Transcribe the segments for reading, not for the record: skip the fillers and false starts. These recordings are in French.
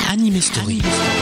Anime Story.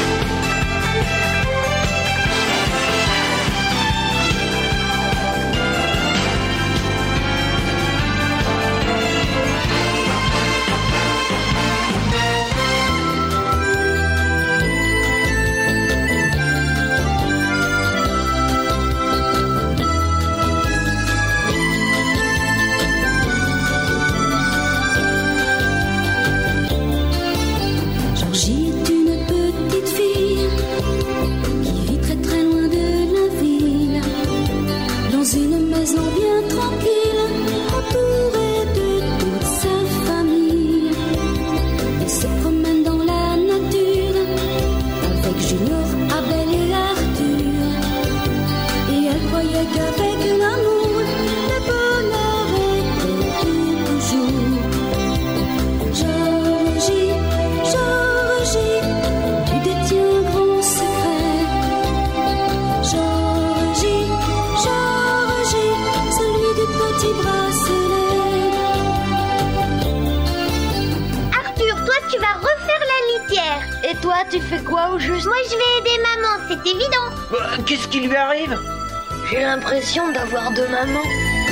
Et toi, tu fais quoi au juste? Moi, je vais aider maman, c'est évident. Qu'est-ce qui lui arrive? J'ai l'impression d'avoir deux mamans.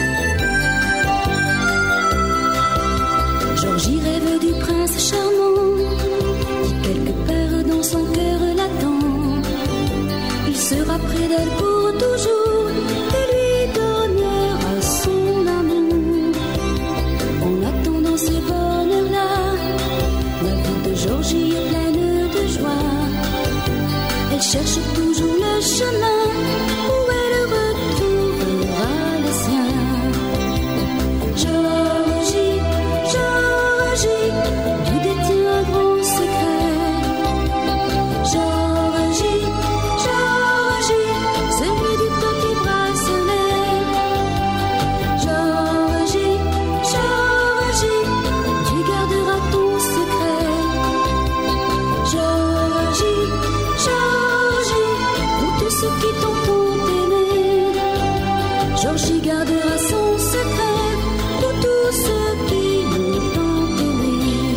Georgie rêve du prince charmant, qui quelque part dans son cœur l'attend. Il sera près d'elle pour toujours et lui donnera son amour. En attendant ce bonheur-là, la vie de Georgie est pleine de joie. Elle cherche toujours le chemin où elle retrouvera les siens. Georgie, Georgie, tu détiens un grand secret. Georgie, Georgie, celui du petit bracelet. Georgie, Georgie, tu garderas ton secret. Georgie, Georgie, pour tous ceux qui t'ont aimé. Georgie gardera son secret pour tous ceux qui l'ont aimé.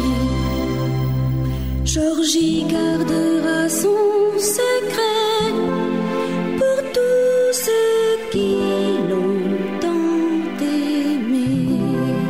Georgie gardera son secret pour tous ceux qui l'ont aimé.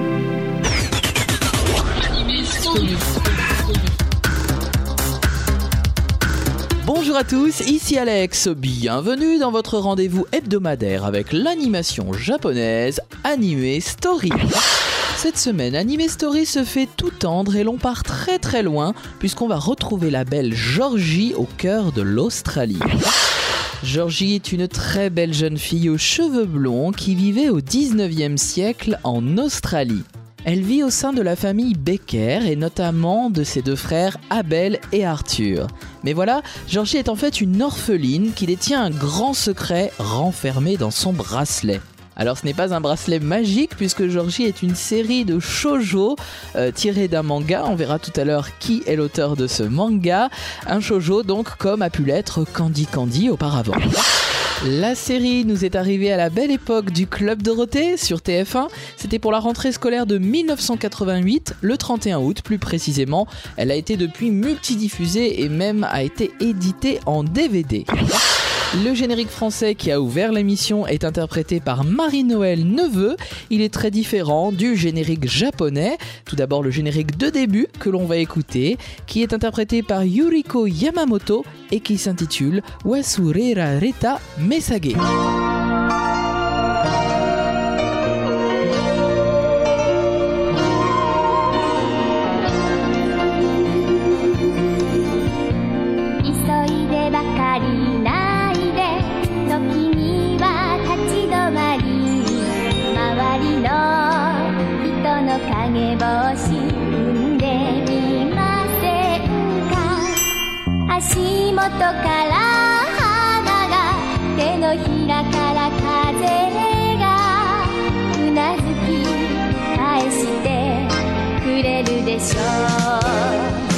Bonjour à tous, ici Alex, bienvenue dans votre rendez-vous hebdomadaire avec l'animation japonaise Anime Story. Cette semaine, Anime Story se fait tout tendre et l'on part très très loin puisqu'on va retrouver la belle Georgie au cœur de l'Australie. Georgie est une très belle jeune fille aux cheveux blonds qui vivait au 19e siècle en Australie. Elle vit au sein de la famille Becker et notamment de ses deux frères Abel et Arthur. Mais voilà, Georgie est en fait une orpheline qui détient un grand secret renfermé dans son bracelet. Alors ce n'est pas un bracelet magique puisque Georgie est une série de shoujo tirée d'un manga. On verra tout à l'heure qui est l'auteur de ce manga. Un shoujo donc comme a pu l'être Candy Candy auparavant. La série nous est arrivée à la belle époque du Club Dorothée sur TF1. C'était pour la rentrée scolaire de 1988, le 31 août plus précisément. Elle a été depuis multidiffusée et même a été éditée en DVD. Le générique français qui a ouvert l'émission est interprété par Marie-Noël Neveu. Il est très différent du générique japonais. Tout d'abord le générique de début que l'on va écouter, qui est interprété par Yuriko Yamamoto et qui s'intitule Wasurera Reta Mesage. 影星んでみませんか。足元から花が手のひらから風がうなずき返してくれるでしょう。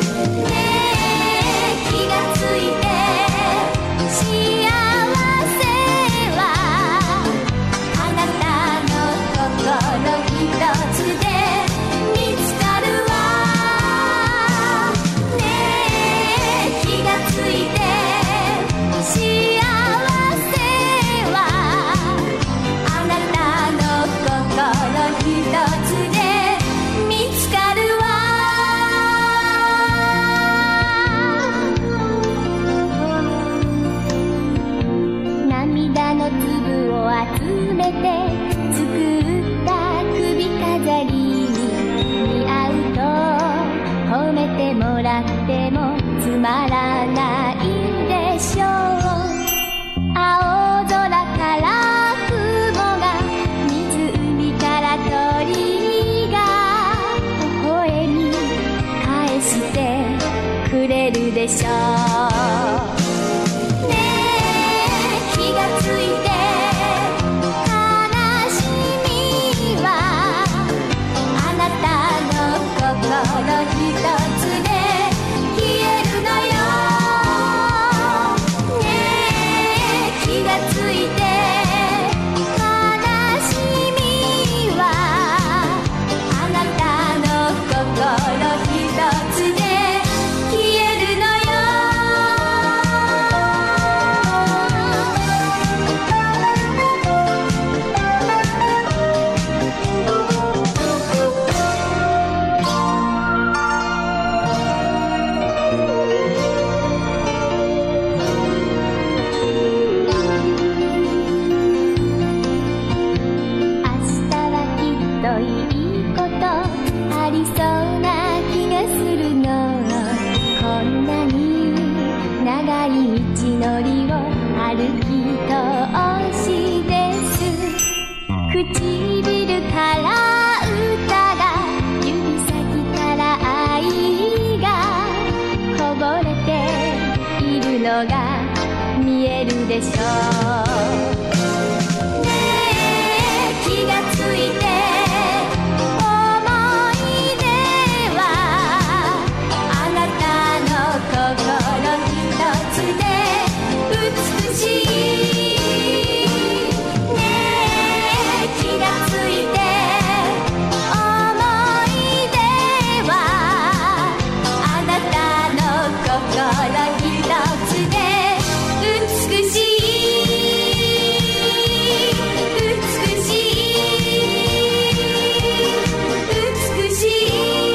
気がついて幸せはあなたの心一つで見つかるわね。 えるでしょうねえ気がついて悲しみはあなたの心一つで消えるのよねえ気がついて悲しみはあなたの心一つで消えるのよ明日はきっといいことありそうな気がするのこんなに長い道のりを歩き通しです唇から歌が指先から愛がこぼれているのが見えるでしょうねえ気がついて思い出はあなたの心一つで美しいねえ気がついて思い出はあなたの心一つで美しい美しい美しい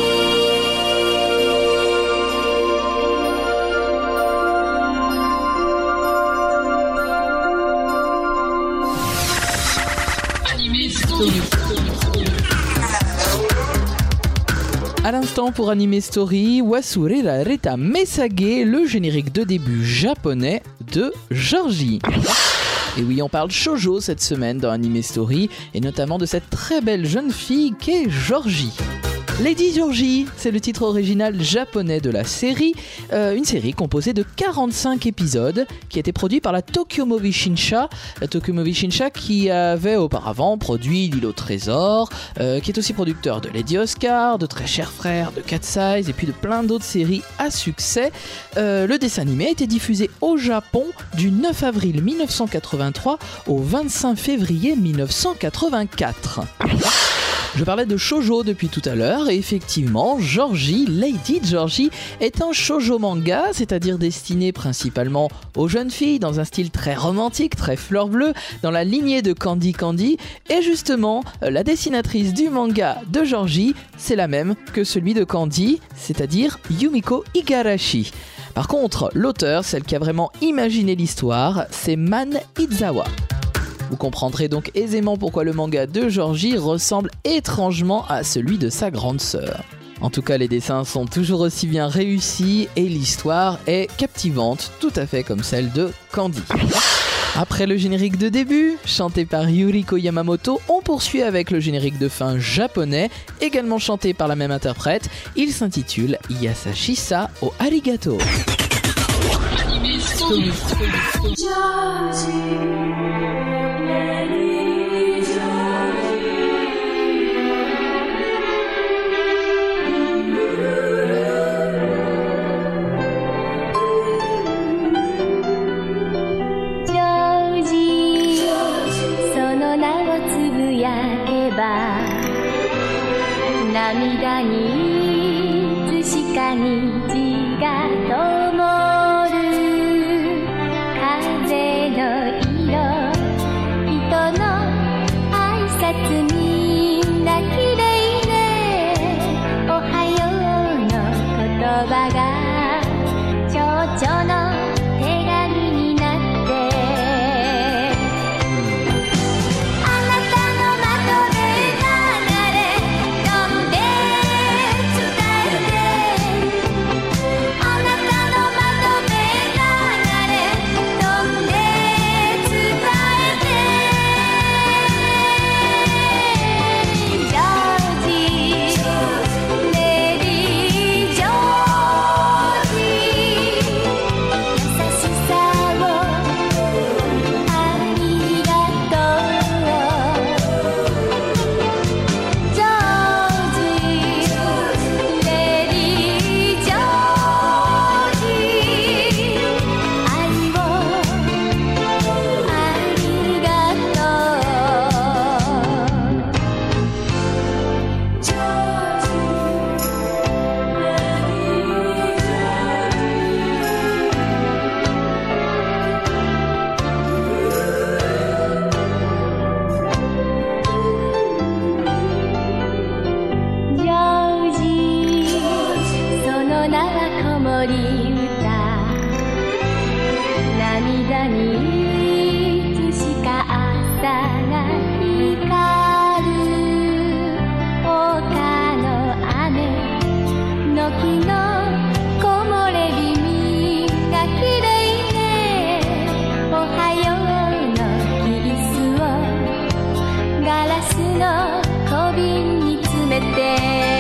À l'instant pour Anime Story, Wasurera Reta Mesage, le générique de début japonais de Georgie. Et oui, on parle shoujo cette semaine dans Anime Story, et notamment de cette très belle jeune fille qu'est Georgie. Lady Georgie, c'est le titre original japonais de la série, une série composée de 45 épisodes qui a été produit par la Tokyo Movie Shinsha. La Tokyo Movie Shinsha qui avait auparavant produit L'île au trésor, qui est aussi producteur de Lady Oscar, de Très chers frères, de Cat Size et puis de plein d'autres séries à succès. Le dessin animé a été diffusé au Japon du 9 avril 1983 au 25 février 1984. Je parlais de shoujo depuis tout à l'heure et effectivement, Georgie, Lady Georgie, est un shoujo manga, c'est-à-dire destiné principalement aux jeunes filles dans un style très romantique, très fleur bleue, dans la lignée de Candy Candy. Et justement, la dessinatrice du manga de Georgie, c'est la même que celui de Candy, c'est-à-dire Yumiko Igarashi. Par contre, l'auteur, celle qui a vraiment imaginé l'histoire, c'est Man Izawa. Vous comprendrez donc aisément pourquoi le manga de Georgie ressemble étrangement à celui de sa grande sœur. En tout cas, les dessins sont toujours aussi bien réussis et l'histoire est captivante, tout à fait comme celle de Candy. Après le générique de début, chanté par Yuriko Yamamoto, on poursuit avec le générique de fin japonais, également chanté par la même interprète. Il s'intitule Yasashisa o Arigato. り歌涙にいつしか朝が光る丘の雨の木の木漏れ日が綺麗ねおはようのキスをガラスの小瓶に詰めて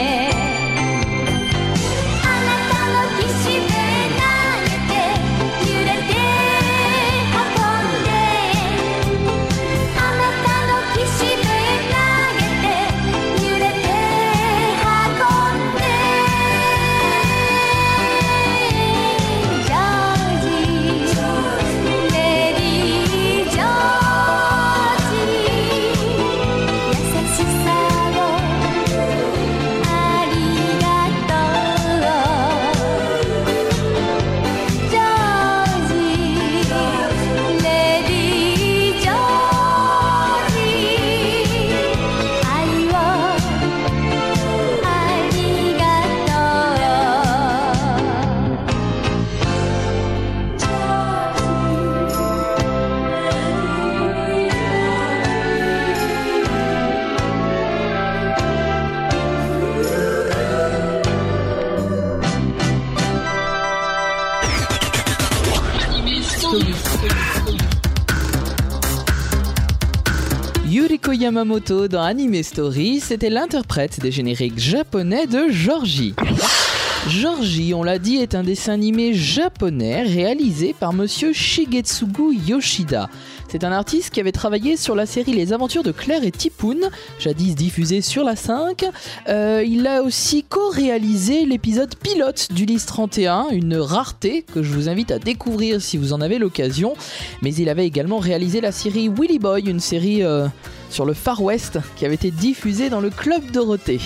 Yuriko Yamamoto dans Anime Story, c'était l'interprète des génériques japonais de Georgie. Georgie, on l'a dit, est un dessin animé japonais réalisé par monsieur Shigetsugu Yoshida. C'est un artiste qui avait travaillé sur la série Les Aventures de Claire et Tipoun, jadis diffusée sur la 5. Il a aussi co-réalisé l'épisode pilote d'Ulysse 31, une rareté que je vous invite à découvrir si vous en avez l'occasion. Mais il avait également réalisé la série Willy Boy, une série sur le Far West qui avait été diffusée dans le Club Dorothée.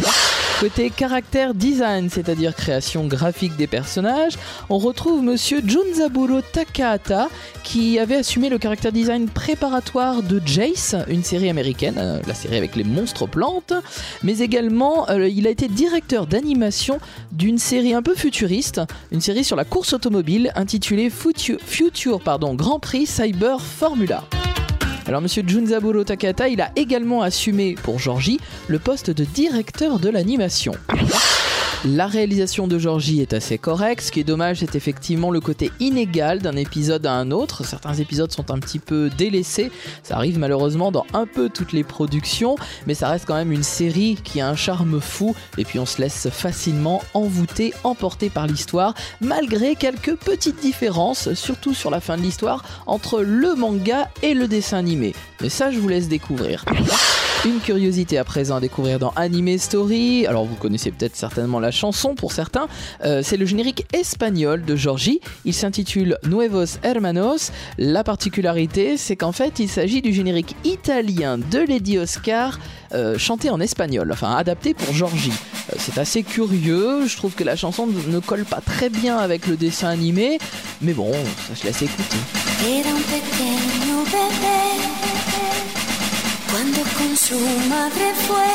Côté caractère design, c'est-à-dire création graphique des personnages, on retrouve monsieur Junzaburo Takahata qui avait assumé le caractère design préparatoire de Jace, une série américaine, la série avec les monstres plantes, mais également il a été directeur d'animation d'une série un peu futuriste, une série sur la course automobile intitulée Future Grand Prix Cyber Formula. Alors monsieur Junzaburo Takahata, il a également assumé pour Georgie le poste de directeur de l'animation. La réalisation de Georgie est assez correcte, ce qui est dommage c'est effectivement le côté inégal d'un épisode à un autre. Certains épisodes sont un petit peu délaissés, ça arrive malheureusement dans un peu toutes les productions, mais ça reste quand même une série qui a un charme fou et puis on se laisse facilement envoûter, emporter par l'histoire, malgré quelques petites différences, surtout sur la fin de l'histoire, entre le manga et le dessin animé. Mais ça je vous laisse découvrir. Une curiosité à présent à découvrir dans Anime Story, alors vous connaissez peut-être certainement la chanson pour certains, c'est le générique espagnol de Georgie, il s'intitule Nuevos Hermanos. La particularité c'est qu'en fait il s'agit du générique italien de Lady Oscar chanté en espagnol, enfin adapté pour Georgie. C'est assez curieux, je trouve que la chanson ne colle pas très bien avec le dessin animé, mais bon, ça je laisse écouter. Cuando con su madre fue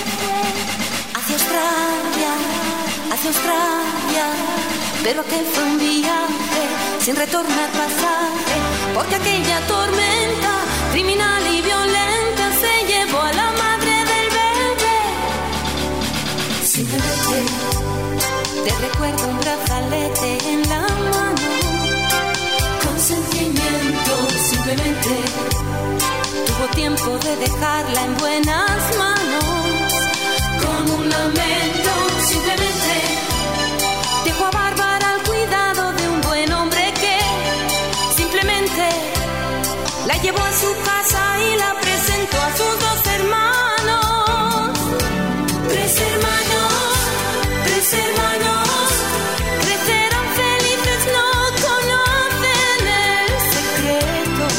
hacia Australia, pero aquel fue un viaje sin retorno a pasaje, porque aquella tormenta criminal y violenta se llevó a la madre del bebé. Simplemente te recuerdo un brazalete en la mano, con sentimiento simplemente. Tuvo tiempo de dejarla en buenas manos, con un lamento simplemente dejó a Bárbara al cuidado de un buen hombre que simplemente la llevó a su casa y la presentó a sus dos hermanos. Tres hermanos, crecerán felices, no conocen el secreto.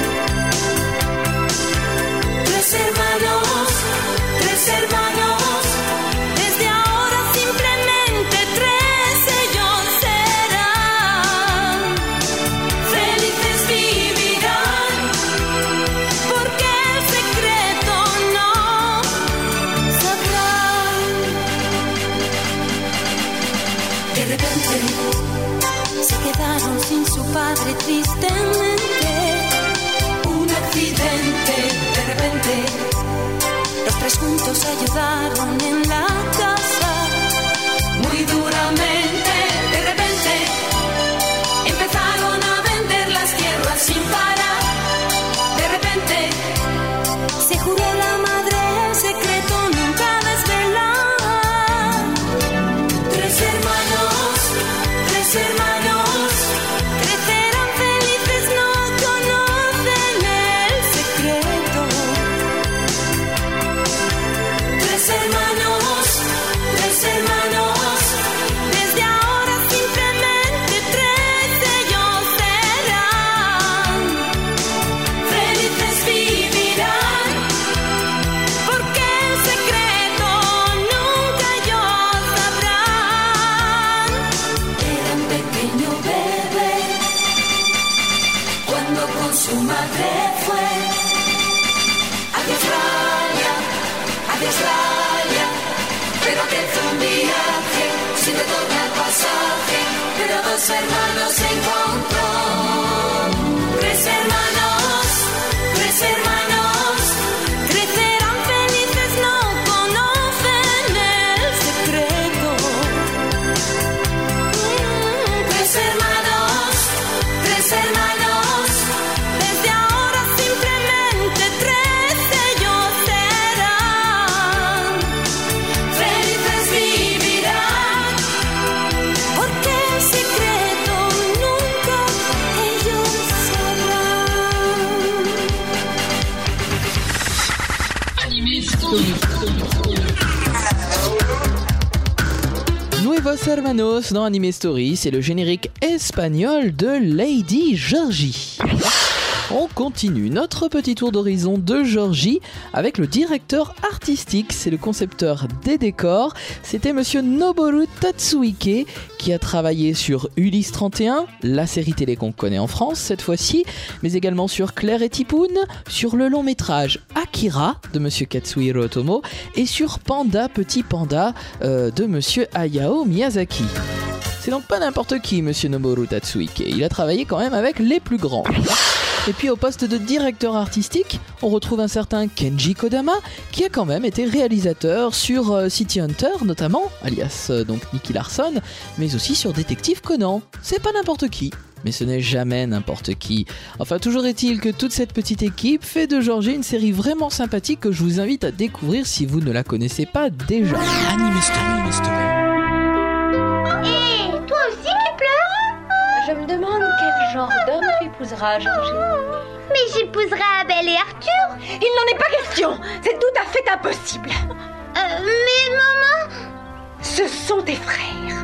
Tres hermanos, desde ahora simplemente tres ellos serán. Felices vivirán, se quedaron sin su padre tristemente. Un accidente, de repente, los tres juntos ayudaron en la casa. Muy duramente, de repente, empezaron a vender las tierras sin parar. De repente, se juró la madre el secreto nunca desvelar. Tres hermanos, crecerán felices, no conocen el secreto. Tres hermanos, desde ahora simplemente tres ellos serán. Felices vivirán, porque el secreto nunca ellos sabrán. Era un pequeño bebé cuando con su madre fue. Adiós raya, pero aquel fue un viaje sin retorno al pasaje. Pero dos hermanos se encontró. Tres hermanos, crecerán felices, no conocen el secreto. Tres hermanos, desde ahora simplemente tres ellos serán. Felices vivirán, porque el secreto nunca ellos sabrán. Nuevos Hermanos dans Anime Story, c'est le générique espagnol de Lady Georgie. On continue notre petit tour d'horizon de Georgie avec le directeur artistique, c'est le concepteur des décors, c'était monsieur Noboru Tatsuike qui a travaillé sur Ulysse 31, la série télé qu'on connaît en France cette fois-ci, mais également sur Claire et Tipoun, sur le long métrage Akira de monsieur Katsuhiro Otomo et sur Panda Petit Panda de monsieur Hayao Miyazaki. C'est donc pas n'importe qui, monsieur Noboru Tatsuike, il a travaillé quand même avec les plus grands. Et puis au poste de directeur artistique, on retrouve un certain Kenji Kodama qui a quand même été réalisateur sur City Hunter notamment, alias donc Nicky Larson, mais aussi sur Détective Conan. C'est pas n'importe qui, mais ce n'est jamais n'importe qui. Enfin, toujours est-il que toute cette petite équipe fait de Georgie une série vraiment sympathique que je vous invite à découvrir si vous ne la connaissez pas déjà. Anime Story. Et toi aussi tu pleures? Je me demande quel genre d'homme tu épouseras, Georgie. Mais j'épouserai Abel et Arthur. Il n'en est pas question. C'est tout à fait impossible. Mais maman... Ce sont tes frères.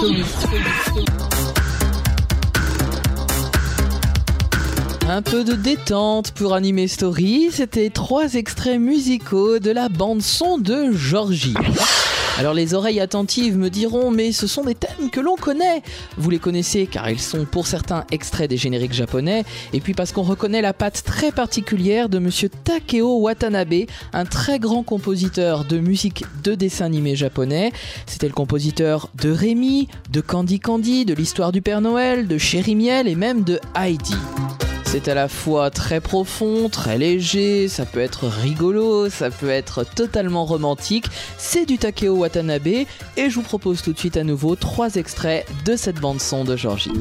Un peu de détente pour Anime Story, c'était 3 extraits musicaux de la bande-son de Georgie. Alors les oreilles attentives me diront, mais ce sont des thèmes que l'on connaît. Vous les connaissez car ils sont pour certains extraits des génériques japonais, et puis parce qu'on reconnaît la patte très particulière de monsieur Takeo Watanabe, un très grand compositeur de musique de dessin animé japonais. C'était le compositeur de Rémi, de Candy Candy, de l'histoire du Père Noël, de Chéri Miel et même de Heidi. C'est à la fois très profond, très léger, ça peut être rigolo, ça peut être totalement romantique. C'est du Takeo Watanabe et je vous propose tout de suite à nouveau 3 extraits de cette bande-son de Georgie.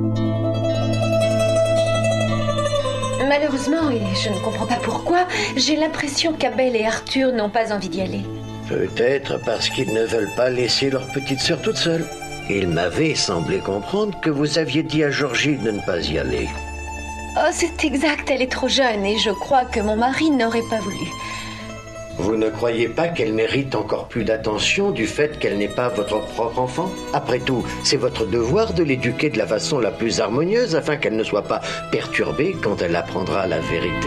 Malheureusement, et je ne comprends pas pourquoi, j'ai l'impression qu'Abel et Arthur n'ont pas envie d'y aller. Peut-être parce qu'ils ne veulent pas laisser leur petite sœur toute seule. Il m'avait semblé comprendre que vous aviez dit à Georgie de ne pas y aller. Oh, c'est exact, elle est trop jeune et je crois que mon mari n'aurait pas voulu. Vous ne croyez pas qu'elle mérite encore plus d'attention du fait qu'elle n'est pas votre propre enfant ? Après tout, c'est votre devoir de l'éduquer de la façon la plus harmonieuse afin qu'elle ne soit pas perturbée quand elle apprendra la vérité.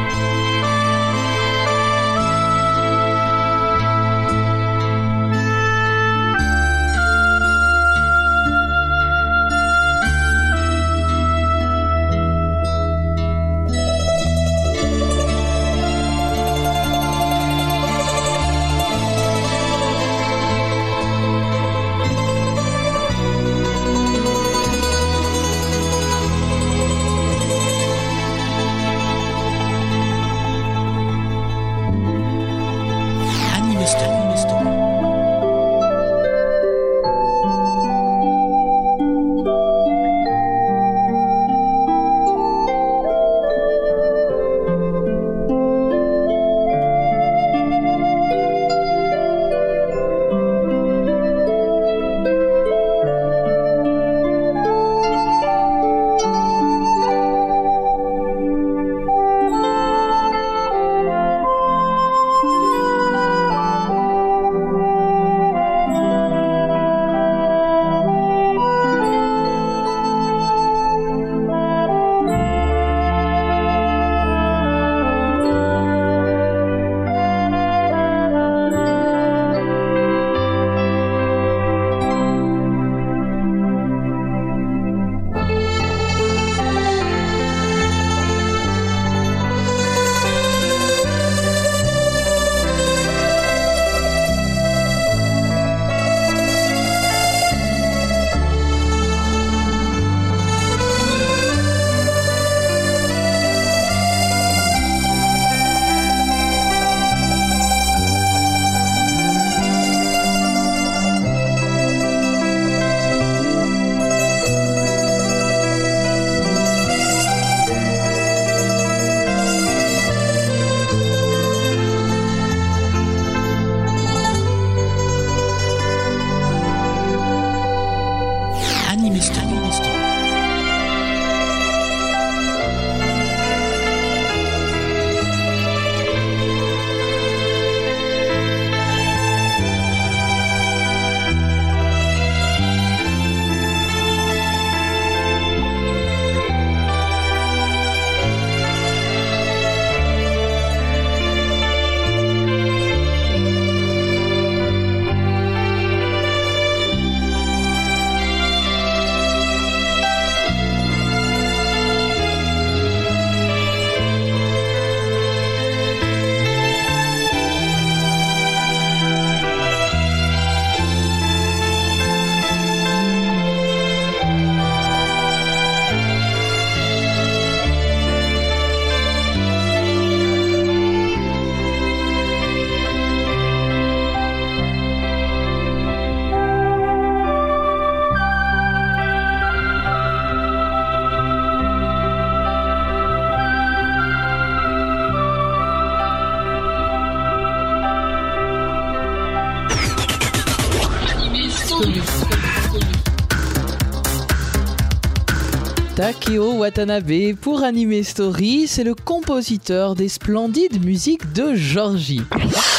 Takeo Watanabe pour Anime Story, c'est le compositeur des splendides musiques de Georgie.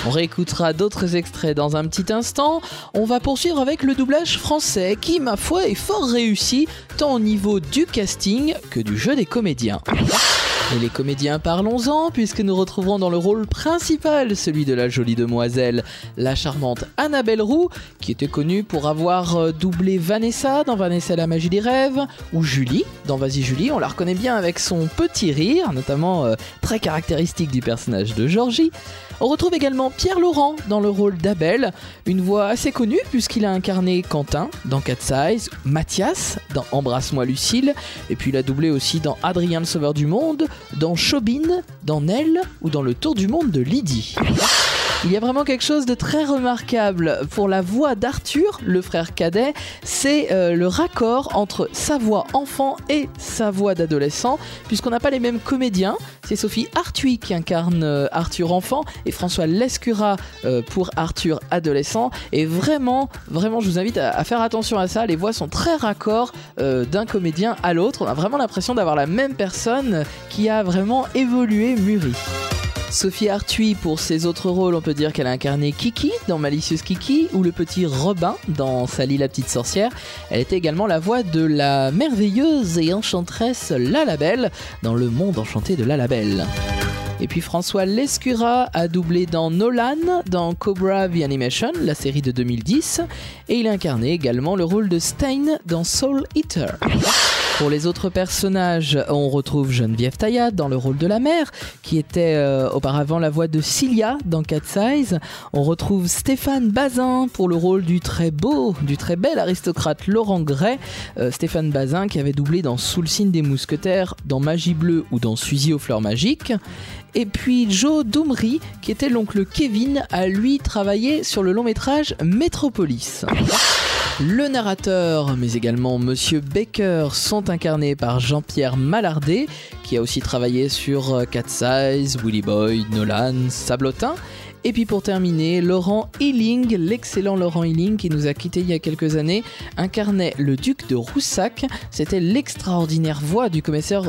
On réécoutera d'autres extraits dans un petit instant. On va poursuivre avec le doublage français qui, ma foi, est fort réussi tant au niveau du casting que du jeu des comédiens. Et les comédiens, parlons-en, puisque nous retrouverons dans le rôle principal celui de la jolie demoiselle, la charmante Annabelle Roux, qui était connue pour avoir doublé Vanessa dans Vanessa la magie des rêves, ou Julie dans Vas-y Julie. On la reconnaît bien avec son petit rire, notamment très caractéristique du personnage de Georgie. On retrouve également Pierre Laurent dans le rôle d'Abel, une voix assez connue puisqu'il a incarné Quentin dans Cat's Eyes, Mathias dans Embrasse-moi Lucille, et puis il a doublé aussi dans Adrien le Sauveur du Monde, dans Chobin, dans Nell ou dans Le Tour du Monde de Lydie. Il y a vraiment quelque chose de très remarquable pour la voix d'Arthur, le frère cadet, c'est le raccord entre sa voix enfant et sa voix d'adolescent, puisqu'on n'a pas les mêmes comédiens. C'est Sophie Arthuis qui incarne Arthur enfant et François Lescura pour Arthur adolescent. Et vraiment, je vous invite à faire attention à ça. Les voix sont très raccords d'un comédien à l'autre. On a vraiment l'impression d'avoir la même personne qui a vraiment évolué, mûri. Sophie Arthuis, pour ses autres rôles, on peut dire qu'elle a incarné Kiki dans Malicieuse Kiki ou le petit Robin dans Sally la petite sorcière. Elle était également la voix de la merveilleuse et enchanteresse Lalabelle dans Le Monde enchanté de Lalabelle. Et puis François Lescura a doublé dans Nolan, dans Cobra The Animation, la série de 2010, et il a incarné également le rôle de Stein dans Soul Eater. Pour les autres personnages, on retrouve Geneviève Taillade dans le rôle de la mère, qui était auparavant la voix de Cilia dans Cat's Eyes. On retrouve Stéphane Bazin pour le rôle du très beau, du très bel aristocrate Laurent Gray. Stéphane Bazin qui avait doublé dans Sous le signe des mousquetaires, dans Magie bleue ou dans Suzy aux fleurs magiques. Et puis Joe Doumry, qui était l'oncle Kevin, a lui travaillé sur le long métrage Métropolis. Le narrateur, mais également Monsieur Baker, sont incarnés par Jean-Pierre Mallardet, qui a aussi travaillé sur Cat's Eyes, Willy Boy, Nolan, Sablotin. Et puis pour terminer, Laurent Hilling, l'excellent Laurent Hilling qui nous a quittés il y a quelques années, incarnait le duc de Roussac. C'était l'extraordinaire voix du commissaire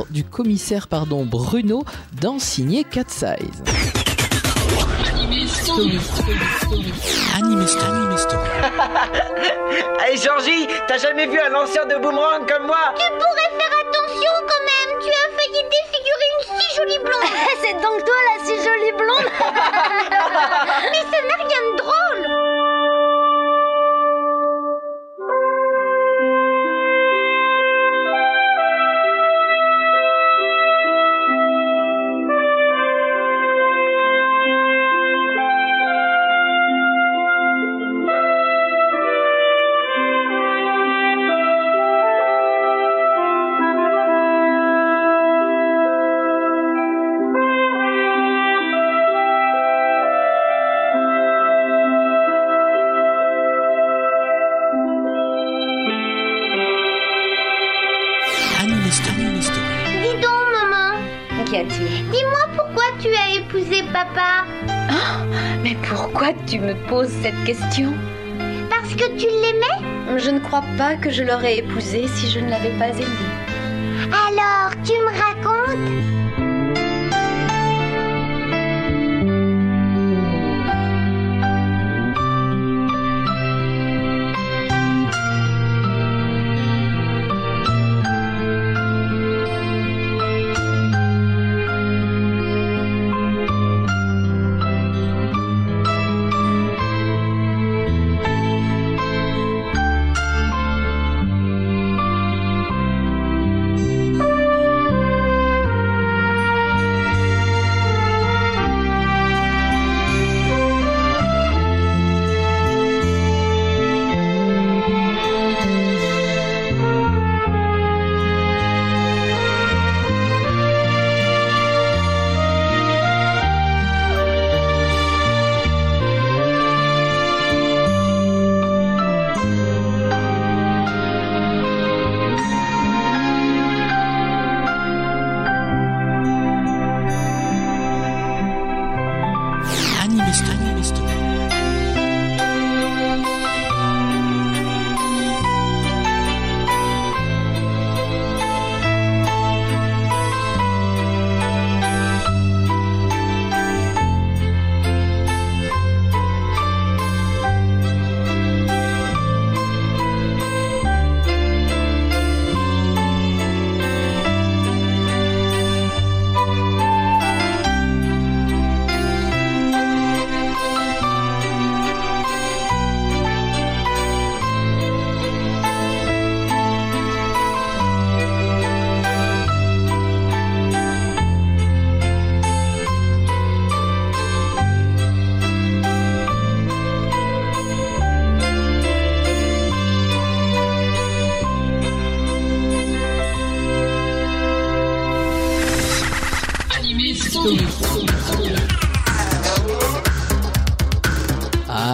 Bruno dans Signé Cat's Eyes. Anime Story. Allez Georgie, t'as jamais vu un lanceur de boomerang comme moi? Tu pourrais faire attention quand même, tu as failli défigurer une si jolie blonde. C'est donc toi la si jolie blonde. Mais ça n'a rien de drôle. Dis donc, maman. Qu'y a-t-il? Dis-moi pourquoi tu as épousé papa. Oh, mais pourquoi tu me poses cette question? Parce que tu l'aimais? Je ne crois pas que je l'aurais épousé si je ne l'avais pas aimé. Alors, tu me racontes?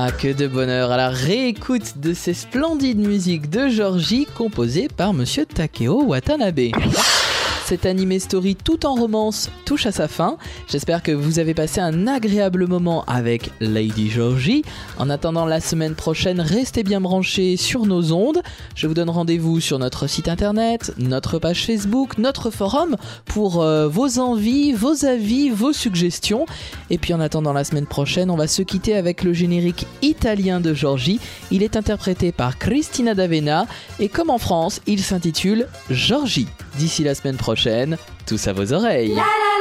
Ah, que de bonheur à la réécoute de ces splendides musiques de Georgie composées par Monsieur Takeo Watanabe. Cette Anime Story tout en romance touche à sa fin. J'espère que vous avez passé un agréable moment avec Lady Georgie. En attendant la semaine prochaine, restez bien branchés sur nos ondes. Je vous donne rendez-vous sur notre site internet, notre page Facebook, notre forum pour vos envies, vos avis, vos suggestions. Et puis en attendant la semaine prochaine, on va se quitter avec le générique italien de Georgie. Il est interprété par Cristina D'Avena et comme en France, il s'intitule Georgie. D'ici la semaine prochaine, tous à vos oreilles.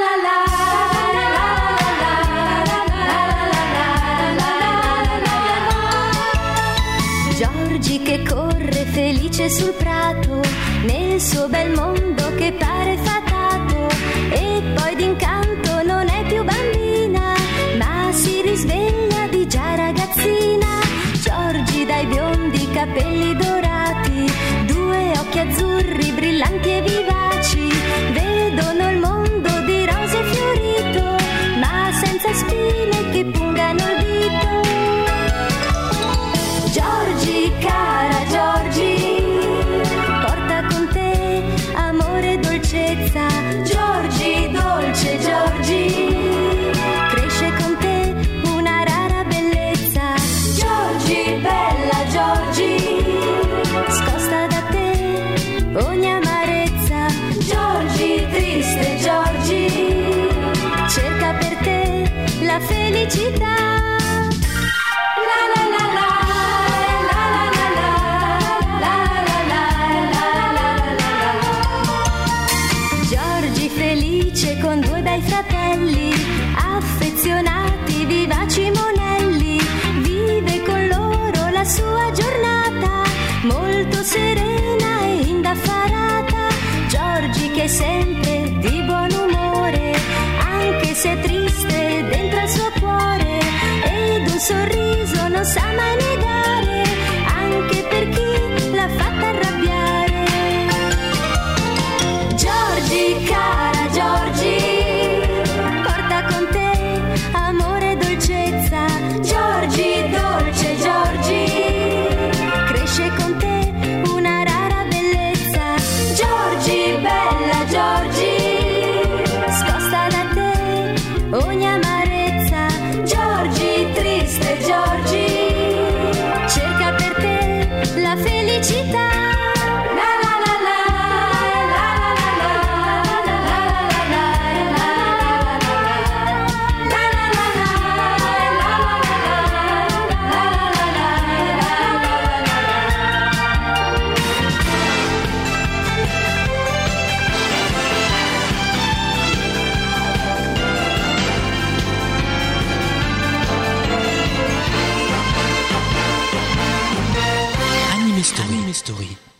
Giorgi che corre felice sul prato, nel suo bel mondo che pare fatato, e poi d'incanto non è più bambina, ma si risveglia di già ragazzina. Giorgi dai biondi capelli dorati, due occhi azzurri brillanti e vivaci, vedono il mondo di rose fiorito, ma senza spine che pungano il dito. Giorgi, cara Giorgi, porta con te amore e dolcezza. Giorgi, dolce Giorgi, cresce con te una rara bellezza. Giorgi, bella Giorgi, scosta da te ogni amarezza. Giorgi, triste Giorgi, cerca per te la felicità. La la la la. Con due bei fratelli, affezionati, vivaci monelli, vive con loro la sua giornata, molto serena e indaffarata. Giorgi che è sempre di buon umore, anche se è triste dentro il suo cuore, ed un sorriso non sa mai negare, anche per chi l'ha fatta arrabbiare. Giorgi, cara Giorgi, porta con te amore e dolcezza. Giorgi, dolce Giorgi, cresce con te una rara bellezza. Giorgi, bella Giorgi, scosta da te ogni amarezza. Giorgi, triste Giorgi, cerca per te la felicità. Anime Story.